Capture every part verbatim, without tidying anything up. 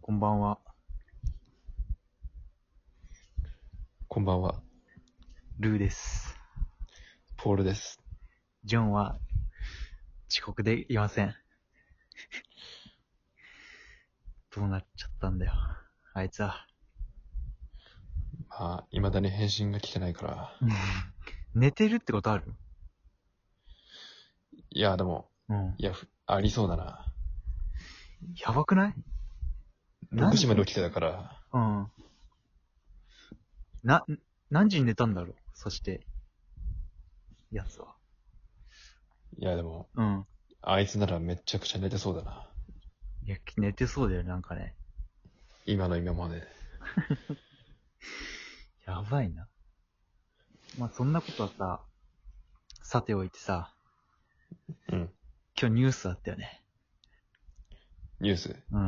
こんばんは。 こんばんは。 ルーです。 ポールです。 ジョンは遅刻でいません。どうなっちゃったんだよ。あいつは。 まあ、未だに返信が来てないから。 寝てるってことある？ いや、でも、 うん。 いや、ふありそうだな。 やばくない？ ろくじまで何時？ 起きてたから。 うん。な、何時に寝たんだろうそして、やつは。 いや、でも、 うん。 あいつならめっちゃくちゃ寝てそうだな。 いや、寝てそうだよ、なんかね。 今の今まで。 やばいな。まあ、そんなことはさ、さておいてさ、 うん。 今日ニュースあったよね。 ニュース。 うん。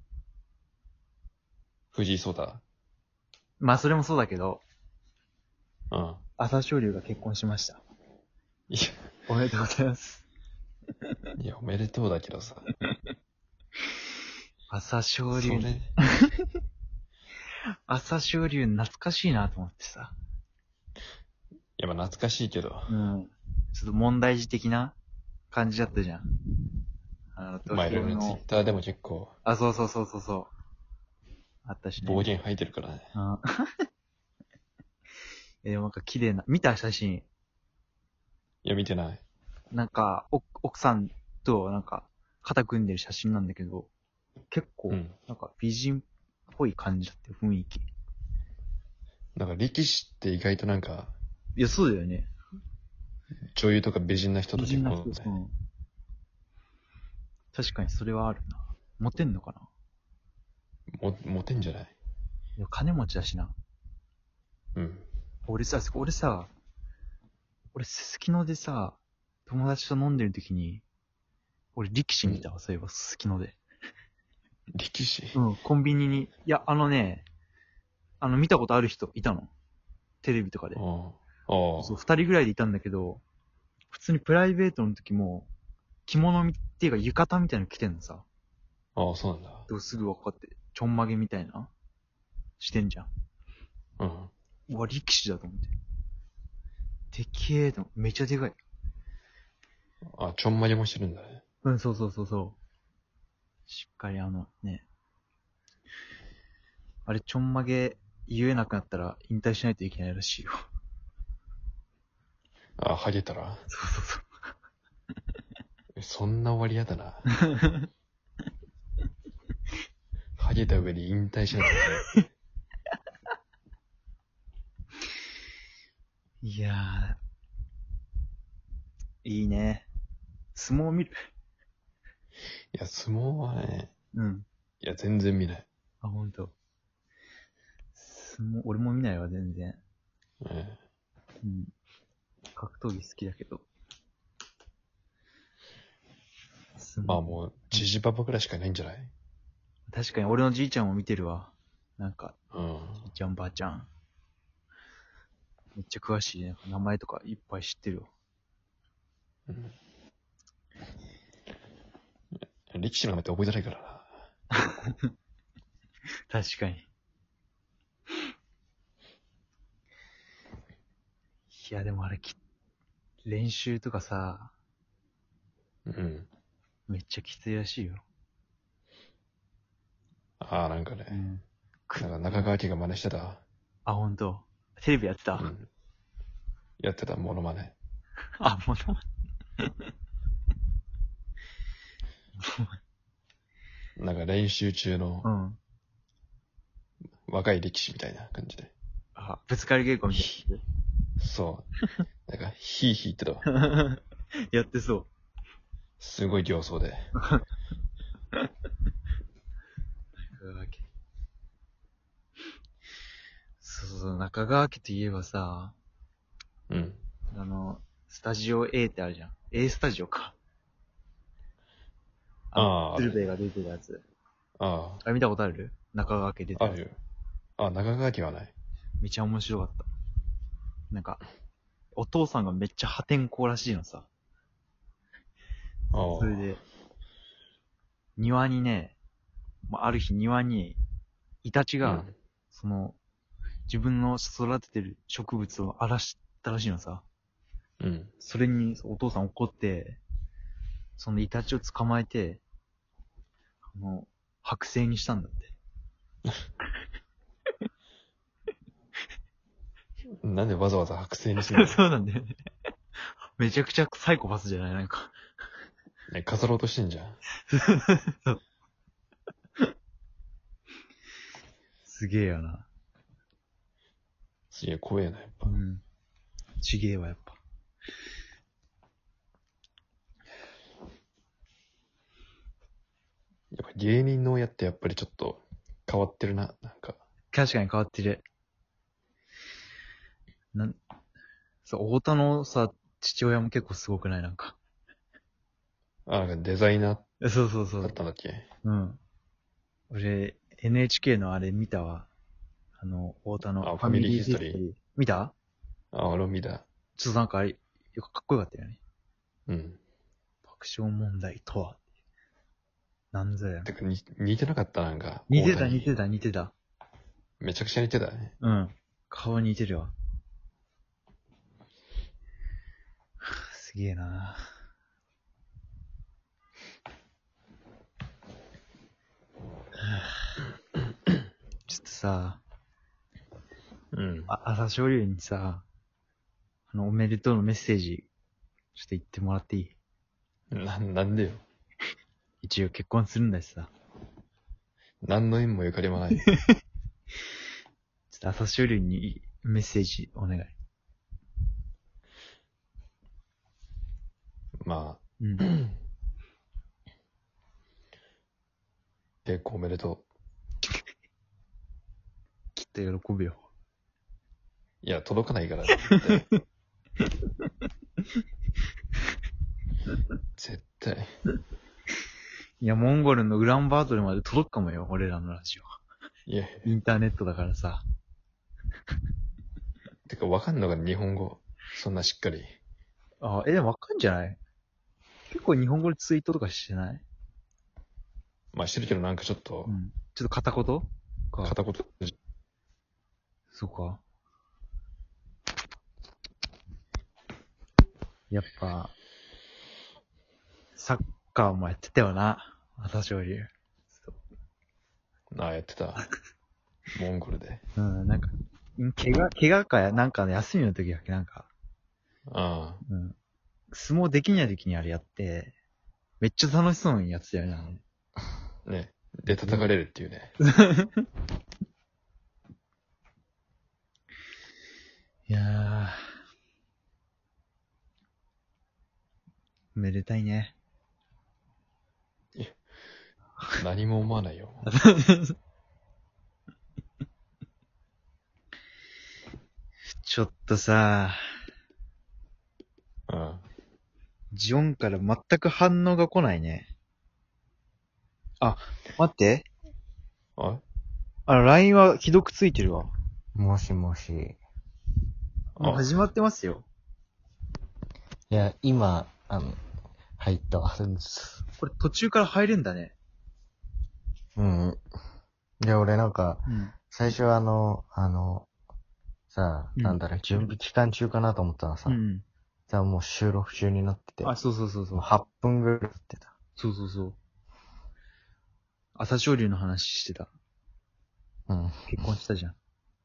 藤井聡太。 まあ、それもそうだけど、 うん。 朝青龍が結婚しました。 いおめでとうございます。 や、いや、おめでとうだけどさ。 朝青龍、 それ、 朝青龍懐かしいなと思ってさ。 いや、まあ懐かしいけど。 うん。ちょっと問題児的な感じだったじゃん。あの、土まあ、いろいろね、ツイッ俵の。 ターでも結構、 あ、そうそうそうそうそう。あったしね。 暴言吐いてるからね。 うん。え、でもなんか綺麗な、見た写真。 いや、見てない。 なんか、お奥さんとなんか、肩組んでる写真なんだけど、結構、 うん。 なんか美人っぽい感じだったよ、雰囲気。 なんか力士って意外となんか、 いや、そうだよね。 女優とか美人な人と美人な人、 結婚ね。 うん。確かにそれはあるな。モテんのかな？ も、モテんじゃない？ いや、金持ちだしな。 うん。 俺さ、俺さ、俺、すすきのでさ、友達と飲んでる時に、俺、力士見たわ、そういえば、すすきので。 力士。 うん、コンビニに。いや、あのね、あの、見たことある人いたの。テレビとかで。 ああ。 そう、 あ二人ぐらいでいたんだけど、普通にプライベートの時も、着物みっていうか浴衣みたいなの着てんのさ。 あ。ああ、そうなんだ。 でもすぐ分かって、ちょんまげみたいなしてんじゃん。 うん。 うわ、力士だと思って。でけえと、めちゃでかい。 あ、ちょんまげもしてるんだね。 うん、そうそうそうそう。しっかりあの、ね。あれ、ちょんまげ言えなくなったら引退しないといけないらしいよ。 あ、ハゲたらそうそうそう。 えそんな終わりやだな。ハゲた上に引退しないといけない。 いやー、いいね。相撲見る。 いや、相撲はね、 うん。 いや、全然見ない。 あ、ほんと。相撲、俺も見ないわ、全然。 えうん。格闘技好きだけど。相撲。 まあもう、ジジババぐらいしかいないんじゃない？ 確かに俺のじいちゃんも見てるわ。なんか、 うん。 じいちゃんばあちゃん。めっちゃ詳しいね。名前とかいっぱい知ってるわ。 うん力士の名前って覚えづらいからな。 確かに。いや、でもあれき、練習とかさ、 うん。 めっちゃきついらしいよ。 ああ、なんかね、 ん。 なんか中川家が真似してた。 あ、ほんと。テレビやってた、 うん。やってたモノマネ。 あ、もなんか練習中う、うのん。 若い力士みたいな感じで。 あ、ぶつかり稽古みたいそう。なんか、ヒーヒー言ってたわ。 な。やってそう。 すごい形相で。 中川家。そうそう、中川家といえばさ、 うん。 あの、スタジオ A ってあるじゃん。A スタジオか。あの、 ああ、あ鶴る。 瓶が出てたやつ。 ああれ見たことある？中川家出てあ、 たやつ。 あるよ。あ、中川家はない。 めちゃ面白かった。なんか、お父さんがめっちゃ破天荒らしいのさ。 ああ。 それで、庭にね、 まあ、ある日庭に、イタチが、 うん。 その、自分の育ててる植物を荒らしたらしいのさ。 うん。 それにお父さん怒って、そのイタチを捕まえて、あの、剥製にしたんだって。 なんでわざわざ剥製にするのそうなんだよね。めちゃくちゃサイコパスじゃないなんか。 ね、飾ろうとしてんじゃん。 すげえよな。 いや、怖えな、やっぱ。 うん。ちげえわ、やっぱ。 やっぱ芸人の親ってやっぱりちょっと変わってるな、なんか。 確かに変わってる。なん、そう、太田のさ、父親も結構すごくないなんか。 あ、なんかデザイナえそうそうそーだっう。 たんだっけ。 うん。俺、エヌエイチケー のあれ見たわ。あの、太田のあ、 フファミリーヒストリー。 ァミリーヒストリー。見たあ、俺も見た。 ちょっとなんかあれ、よくかっこよかったよね。 うん。 爆笑問題とは。なんぞや。 てか、に似てなかった、なんか。 似てた太田に似てた似てた。 めちゃくちゃ似てたね。 うん。顔似てるわ。すげえなちょっとさ、 うん。 あ、朝青龍にさ、あの、おめでとうのメッセージ、ちょっと言ってもらっていいな、なんでよ。 一応結婚するんだしさ。 何の縁もゆかりもない。 ちょっと朝青龍にメッセージお願い。 まあ、 うん。 結構おめでときっと喜ぶよ。 う。いや、届かないから。絶対。絶対。 いや、モンゴルのウランバートルまで届くかもよ、俺らのラジオ。 いや、 インターネットだからさ。 てかわかんのか日本語。そんなしっかり。 あ、え、でもわかんじゃない結構日本語でツイートとかしてないまあしてるけどなんかちょっとう、ん。ちょっと片言か。 片言。 そうか。やっぱ、サッカーもやってたよな。朝青龍。 ああ、やってた。モンゴルで。 うん、なんか、ん怪我、怪我かや、なんかね、休みの時だっけ、なんか、 あうん。相撲できない時にあれやって、めっちゃ楽しそうにやってたよねあれ。 あ。ね。で、叩かれるっていうね。 いやー、めでたいね。 何も思わないよ。 ちょっとさ、 うん。 ジオンから全く反応が来ないね。あ、待って。 ああの、ライン は既読ついてるわ。 もしもし。 もう始まってますよ。 いや、今、あの、入ったわ。 これ途中から入れんだね。 うん。で、俺なんか、 うん。 最初あの、あの、さあ、 うんなんだろう、準備期間中かなと思ったらさ、 うん。 さあもう収録中になってて、 あ、そうそうそうそうもう。はっぷんぐらいやってた。 そうそうそう。朝青龍の話してた。 うん。 結婚したじゃん。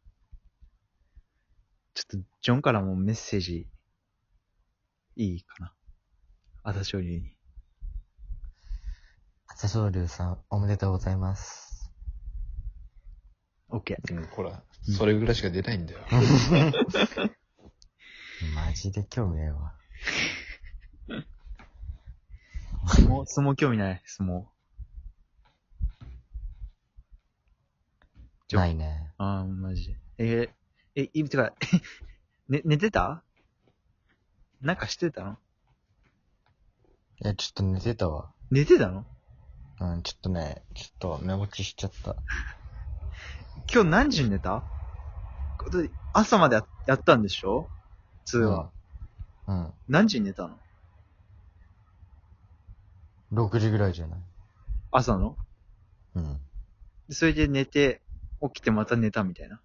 ちょっと、ジョンからもメッセージ、いいかな。朝青龍に。 朝青龍さん、おめでとうございます。 オッケー。 うん、ほら、それぐらいしか出ないんだよ。 マジで興味ないわ。 相撲、相撲興味ない相撲。ちょないね。 ああ、マジで。えー、え、い、てか、ね、寝てたなんかしてたのいや、ちょっと寝てたわ。 寝てたのうん、ちょっとね、ちょっと寝落ちしちゃった。 今日何時に寝た朝までややったんでしょ通話。 うん。 何時に寝たのろくじぐらいじゃない？ 朝のうん。 でそれで寝て、起きてまた寝たみたいな。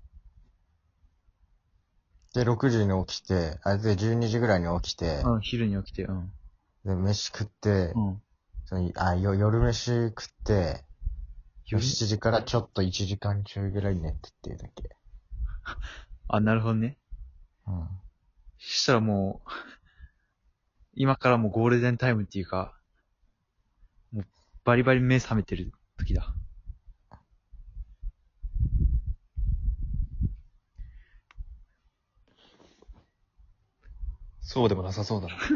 で、ろくじに起きて、あ、で、じゅうにじぐらいに起きて、 うん、昼に起きて、うん。 で、飯食って、 うん。 そのあ、よ、夜飯食って、 夜しちじからちょっといちじかんちょいぐらい寝てっていうだけ。 あ、なるほどね。 うん。 そしたらもう、今からもうゴールデンタイムっていうか、もうバリバリ目覚めてる時だ。 そうでもなさそうだな。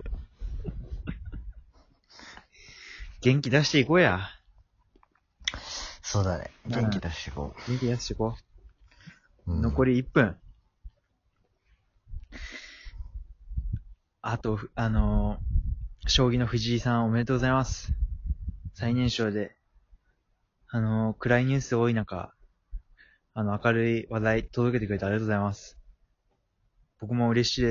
元気出していこうや。 そうだね。 うん元気出してこ元気出していこう。 う。 うん、 残りいっぷん。あと、ふあのー将棋の藤井さんおめでとうございます。最年少で、あのー暗いニュース多い中、あの、明るい話題届けてくれてありがとうございます。僕も嬉しいです。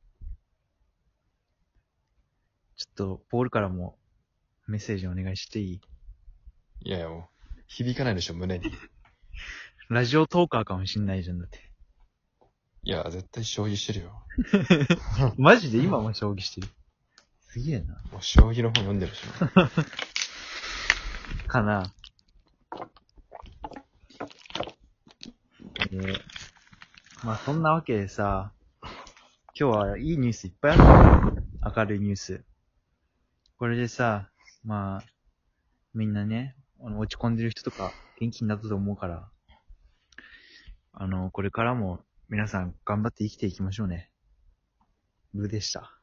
ちょっと、ポールからもメッセージお願いしていい？ いやいやもう、響かないでしょ、胸に。 ラジオトーカーかもしんないじゃん、だって。 いや、絶対将棋してるよ。 マジで今も将棋してる。すげえな。 もう将棋の本読んでるし。 かな。えー、まあそんなわけでさ、今日はいいニュースいっぱいあったよ。明るいニュース。これでさ、まあ、みんなね、あの落ち込んでる人とか元気になったと思うから、あの、これからも皆さん頑張って生きていきましょうね。ブーでした。